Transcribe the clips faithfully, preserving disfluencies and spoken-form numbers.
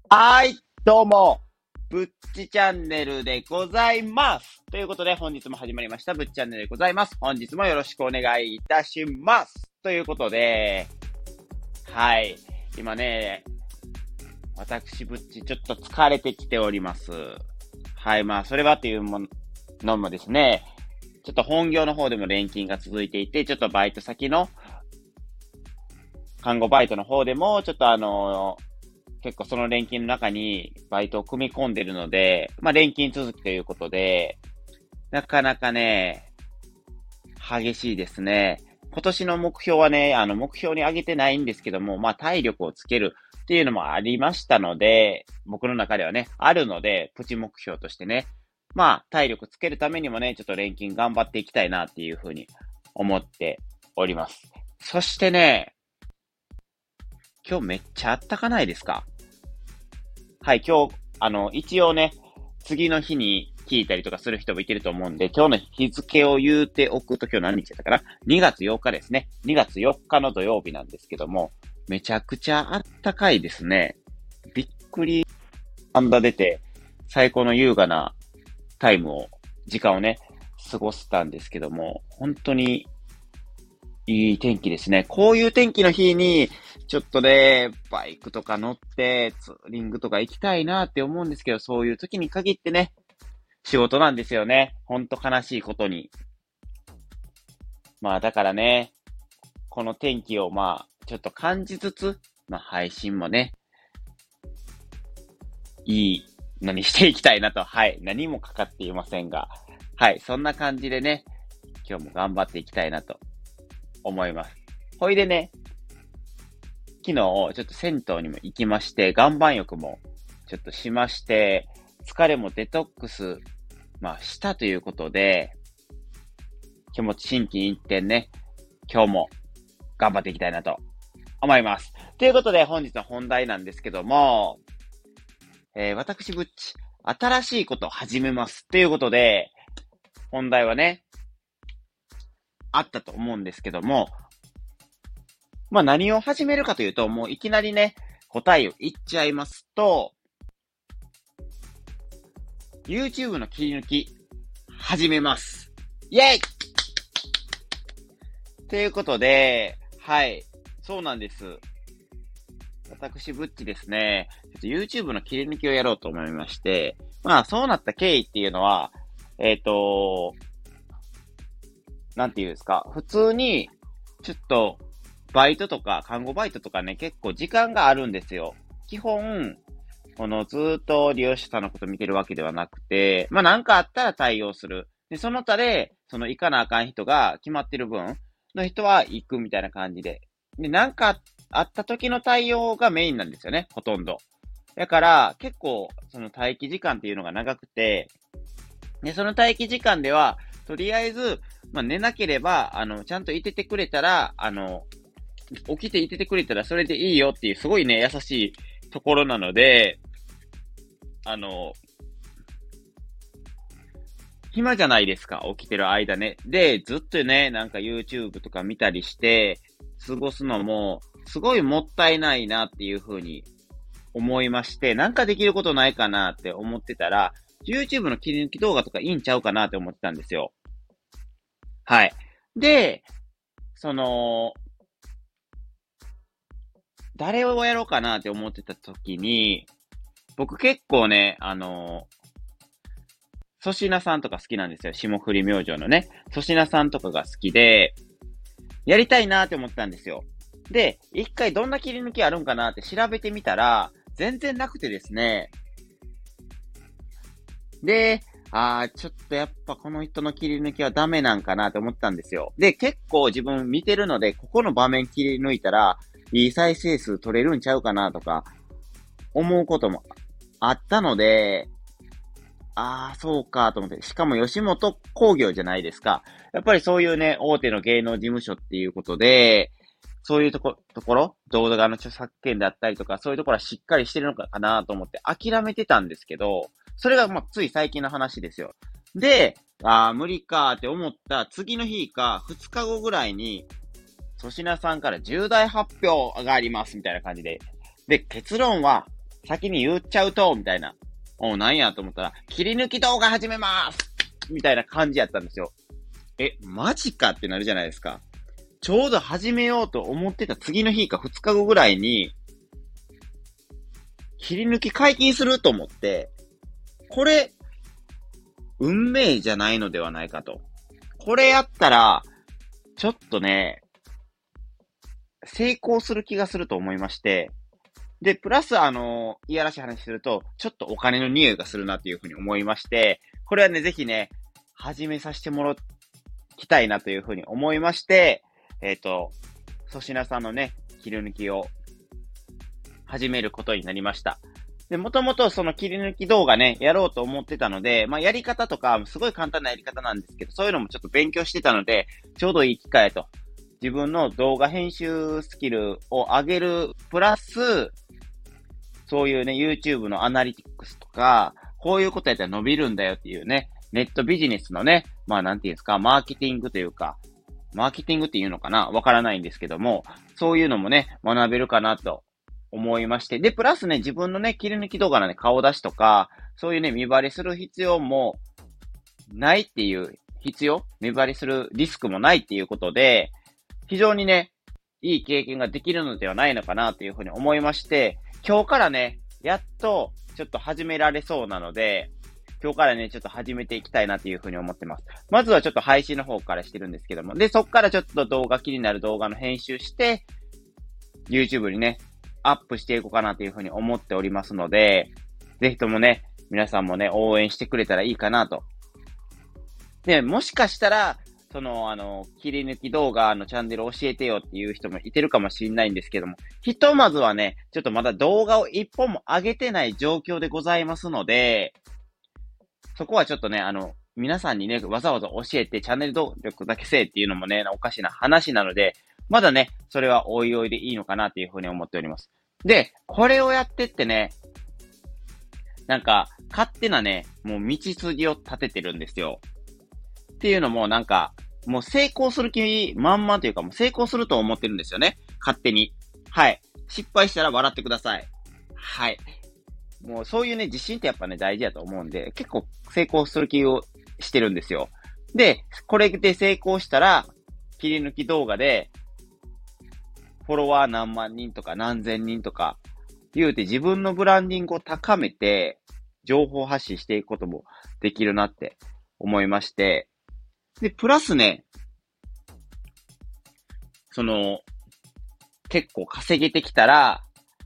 はい、どうも、ぶっちチャンネルでございます。ということで、本日も始まりました、ぶっちチャンネルでございます。本日もよろしくお願いいたします。ということで、はい、今ね、私、ぶっち、ちょっと疲れてきております。はい、まあ、それはというものもですね、ちょっと本業の方でも連勤が続いていて、ちょっとバイト先の、看護バイトの方でも、ちょっとあの結構その連勤の中にバイトを組み込んでるので、まあ連勤続きということで、なかなかね、激しいですね。今年の目標はね、あの目標に上げてないんですけども、まあ体力をつけるっていうのもありましたので、僕の中ではね、あるので、プチ目標としてね、まあ体力つけるためにもね、ちょっと連勤頑張っていきたいなっていうふうに思っております。そしてね、今日めっちゃあったかないですか？はい、今日、あの、一応ね、次の日に聞いたりとかする人もいてると思うんで、今日の日付を言うておくと、今日何日だったかな？ に 月よっかですね。にがつよっかの土曜日なんですけども、めちゃくちゃあったかいですね。びっくり、パンダ出て、最高の優雅なタイムを、時間をね、過ごせたんですけども、本当にいい天気ですね。こういう天気の日に、ちょっとね、バイクとか乗って、ツーリングとか行きたいなって思うんですけど、そういう時に限ってね、仕事なんですよね。ほんと悲しいことに。まあだからね、この天気をまあ、ちょっと感じつつ、まあ配信もね、いいのにしていきたいなと。はい。何もかかっていませんが。はい。そんな感じでね、今日も頑張っていきたいなと思います。ほいでね、昨日、ちょっと銭湯にも行きまして、岩盤浴もちょっとしまして、疲れもデトックス、まあ、したということで、気持ち心機一転ね、今日も頑張っていきたいなと思います。ということで、本日の本題なんですけども、えー、私ぶっち、新しいことを始めます。ということで、本題はね、あったと思うんですけども、まあ何を始めるかというと、もういきなりね、答えを言っちゃいますと、YouTube の切り抜き、始めます。イェイということで、はい、そうなんです。私、ぶっちですね、ちょっと YouTube の切り抜きをやろうと思いまして、まあ、そうなった経緯っていうのは、えっと、なんていうんですか、普通に、ちょっと、バイトとか、看護バイトとかね、結構時間があるんですよ。基本、このずーっと利用者さんのこと見てるわけではなくて、まあなんかあったら対応する。で、その他で、その行かなあかん人が決まってる分の人は行くみたいな感じで。で、なんかあった時の対応がメインなんですよね、ほとんど。だから、結構、その待機時間っていうのが長くて、で、その待機時間では、とりあえず、まあ寝なければ、あの、ちゃんといててくれたら、あの、起きていててくれたらそれでいいよっていう、すごいね、優しいところなので、あの、暇じゃないですか、起きてる間ね。で、ずっとね、なんか YouTube とか見たりして、過ごすのも、すごいもったいないなっていう風に思いまして、なんかできることないかなって思ってたら、YouTube の切り抜き動画とかいいんちゃうかなって思ってたんですよ。はい。で、その、誰をやろうかなって思ってた時に、僕結構ね、あの粗品さんとか好きなんですよ。霜降り明星のね。粗品さんとかが好きで、やりたいなーって思ったんですよ。で、一回どんな切り抜きあるんかなって調べてみたら、全然なくてですね。で、あー、ちょっとやっぱこの人の切り抜きはダメなんかなって思ったんですよ。で、結構自分見てるので、ここの場面切り抜いたら、いい再生数取れるんちゃうかなとか、思うこともあったので、ああ、そうかと思って。しかも吉本興業じゃないですか。やっぱりそういうね、大手の芸能事務所っていうことで、そういうとこ、ところ、動画の著作権だったりとか、そういうところはしっかりしてるのかなと思って諦めてたんですけど、それがまあ、つい最近の話ですよ。で、ああ、無理かって思った次の日か、ふつかごぐらいに、粗品さんから重大発表がありますみたいな感じで。で、結論は、 先に言っちゃうと、みたいな。お、なんやと思ったら、切り抜き動画始めますみたいな感じやったんですよ。え、マジかってなるじゃないですか。ちょうど始めようと思ってた次の日かふつかごぐらいに、切り抜き解禁すると思って、これ、運命じゃないのではないかと。これやったら、ちょっとね、成功する気がすると思いまして、で、プラス、あの、いやらしい話すると、ちょっとお金の匂いがするなっていうふうに思いまして、これはね、ぜひね、始めさせてもらきたいなというふうに思いまして、えっと、粗品さんのね、切り抜きを始めることになりました。で、もともとその切り抜き動画ね、やろうと思ってたので、まあ、やり方とか、すごい簡単なやり方なんですけど、そういうのもちょっと勉強してたので、ちょうどいい機会と。自分の動画編集スキルを上げる、プラス、そういうね、YouTube のアナリティクスとか、こういうことやったら伸びるんだよっていうね、ネットビジネスのね、まあなんていうんですか、マーケティングというか、マーケティングっていうのかなわからないんですけども、そういうのもね、学べるかなと思いまして。で、プラスね、自分のね、切り抜き動画のね、顔出しとか、そういうね、見張りする必要もないっていう必要見張りするリスクもないっていうことで、非常にね、いい経験ができるのではないのかなというふうに思いまして、今日からね、やっとちょっと始められそうなので、今日からね、ちょっと始めていきたいなというふうに思ってます。まずはちょっと配信の方からしてるんですけども、で、そっからちょっと動画、気になる動画の編集して、YouTube にね、アップしていこうかなというふうに思っておりますので、ぜひともね、皆さんもね、応援してくれたらいいかなと。で、もしかしたら、その、あの、切り抜き動画のチャンネル教えてよっていう人もいてるかもしれないんですけども、ひとまずはね、ちょっとまだ動画を一本も上げてない状況でございますので、そこはちょっとね、あの、皆さんにね、わざわざ教えてチャンネル登録だけせえっていうのもね、おかしな話なので、まだね、それはおいおいでいいのかなというふうに思っております。で、これをやってってね、なんか、勝手なね、もう道筋を立ててるんですよ。っていうのもなんか、もう成功する気満々というか、もう成功すると思ってるんですよね。勝手に。はい。失敗したら笑ってください。はい。もうそういうね、自信ってやっぱね、大事だと思うんで、結構成功する気をしてるんですよ。で、これで成功したら、切り抜き動画で、フォロワー何万人とか何千人とか、言うて自分のブランディングを高めて、情報発信していくこともできるなって思いまして、で、プラスね、その、結構稼げてきたら、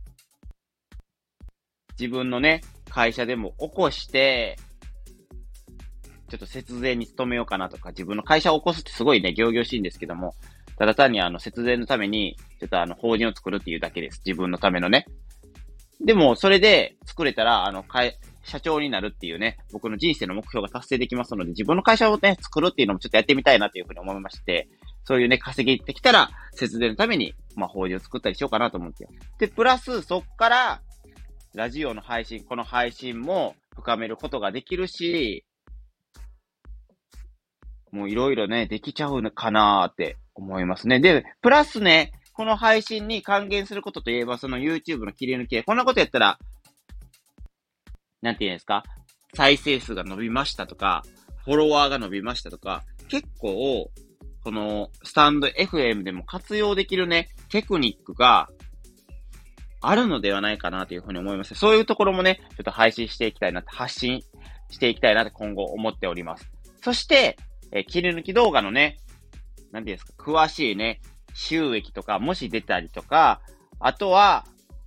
自分のね、会社でも起こして、ちょっと節税に努めようかなとか、自分の会社を起こすってすごいね、仰々しいんですけども、ただ単にあの、節税のために、ちょっとあの、法人を作るっていうだけです。自分のためのね。でも、それで作れたら、あの、会、社長になるっていうね、僕の人生の目標が達成できますので、自分の会社をね、作るっていうのもちょっとやってみたいなというふうに思いまして、そういうね、稼げてきたら、節税のために、まあ、法人を作ったりしようかなと思って。で、プラス、そっから、ラジオの配信、この配信も深めることができるし、もういろいろね、できちゃうのかなーって思いますね。で、プラスね、この配信に還元することといえば、その YouTube の切り抜きで、こんなことやったら、なんて言うんですか、再生数が伸びましたとか、フォロワーが伸びましたとか、結構、このスタンド エフエム でも活用できるね、テクニックがあるのではないかなというふうに思います。そういうところもね、ちょっと配信していきたいな、発信していきたいなと今後思っております。そして、え切り抜き動画のね、なんていうんですか、詳しいね、収益とか、もし出たりとか、あとは、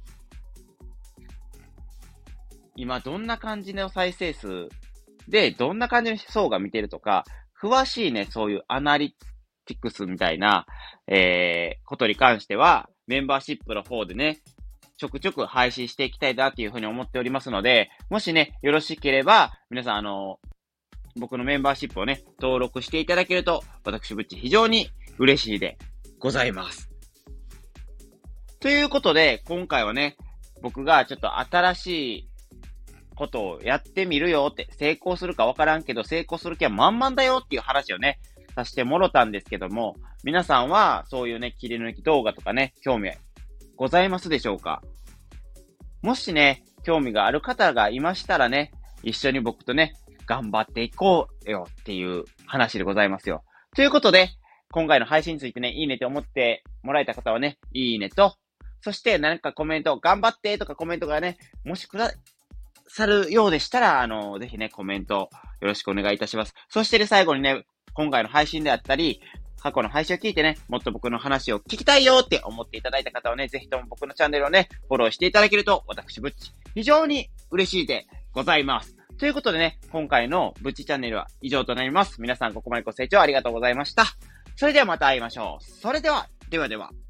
今どんな感じの再生数で、どんな感じの層が見てるとか、詳しいね、そういうアナリティクスみたいな、えー、ことに関しては、メンバーシップの方でね、ちょくちょく配信していきたいなというふうに思っておりますので、もしね、よろしければ、皆さんあの、僕のメンバーシップをね、登録していただけると、私ぶっち非常に嬉しいでございます。ということで、今回はね、僕がちょっと新しいことをやってみるよって、成功するかわからんけど、成功する気は満々だよっていう話をね、させてもろたんですけども、皆さんはそういうね、切り抜き動画とかね、興味ございますでしょうか？もしね、 興味がある方がいましたらね、一緒に僕とね、頑張っていこうよっていう話でございますよ。ということで、今回の配信についてね、いいねと思ってもらえた方はね、いいねと、そして何かコメント、頑張ってとかコメントがね、もしくださるようでしたら、あの、ぜひね、コメントよろしくお願いいたします。そしてね、最後にね、今回の配信であったり、過去の配信を聞いてね、もっと僕の話を聞きたいよって思っていただいた方はね、ぜひとも僕のチャンネルをね、フォローしていただけると、私、ぶっち、非常に嬉しいでございます。ということでね、今回のぶっちチャンネルは以上となります。皆さんここまでご清聴ありがとうございました。それではまた会いましょう。それでは、ではでは。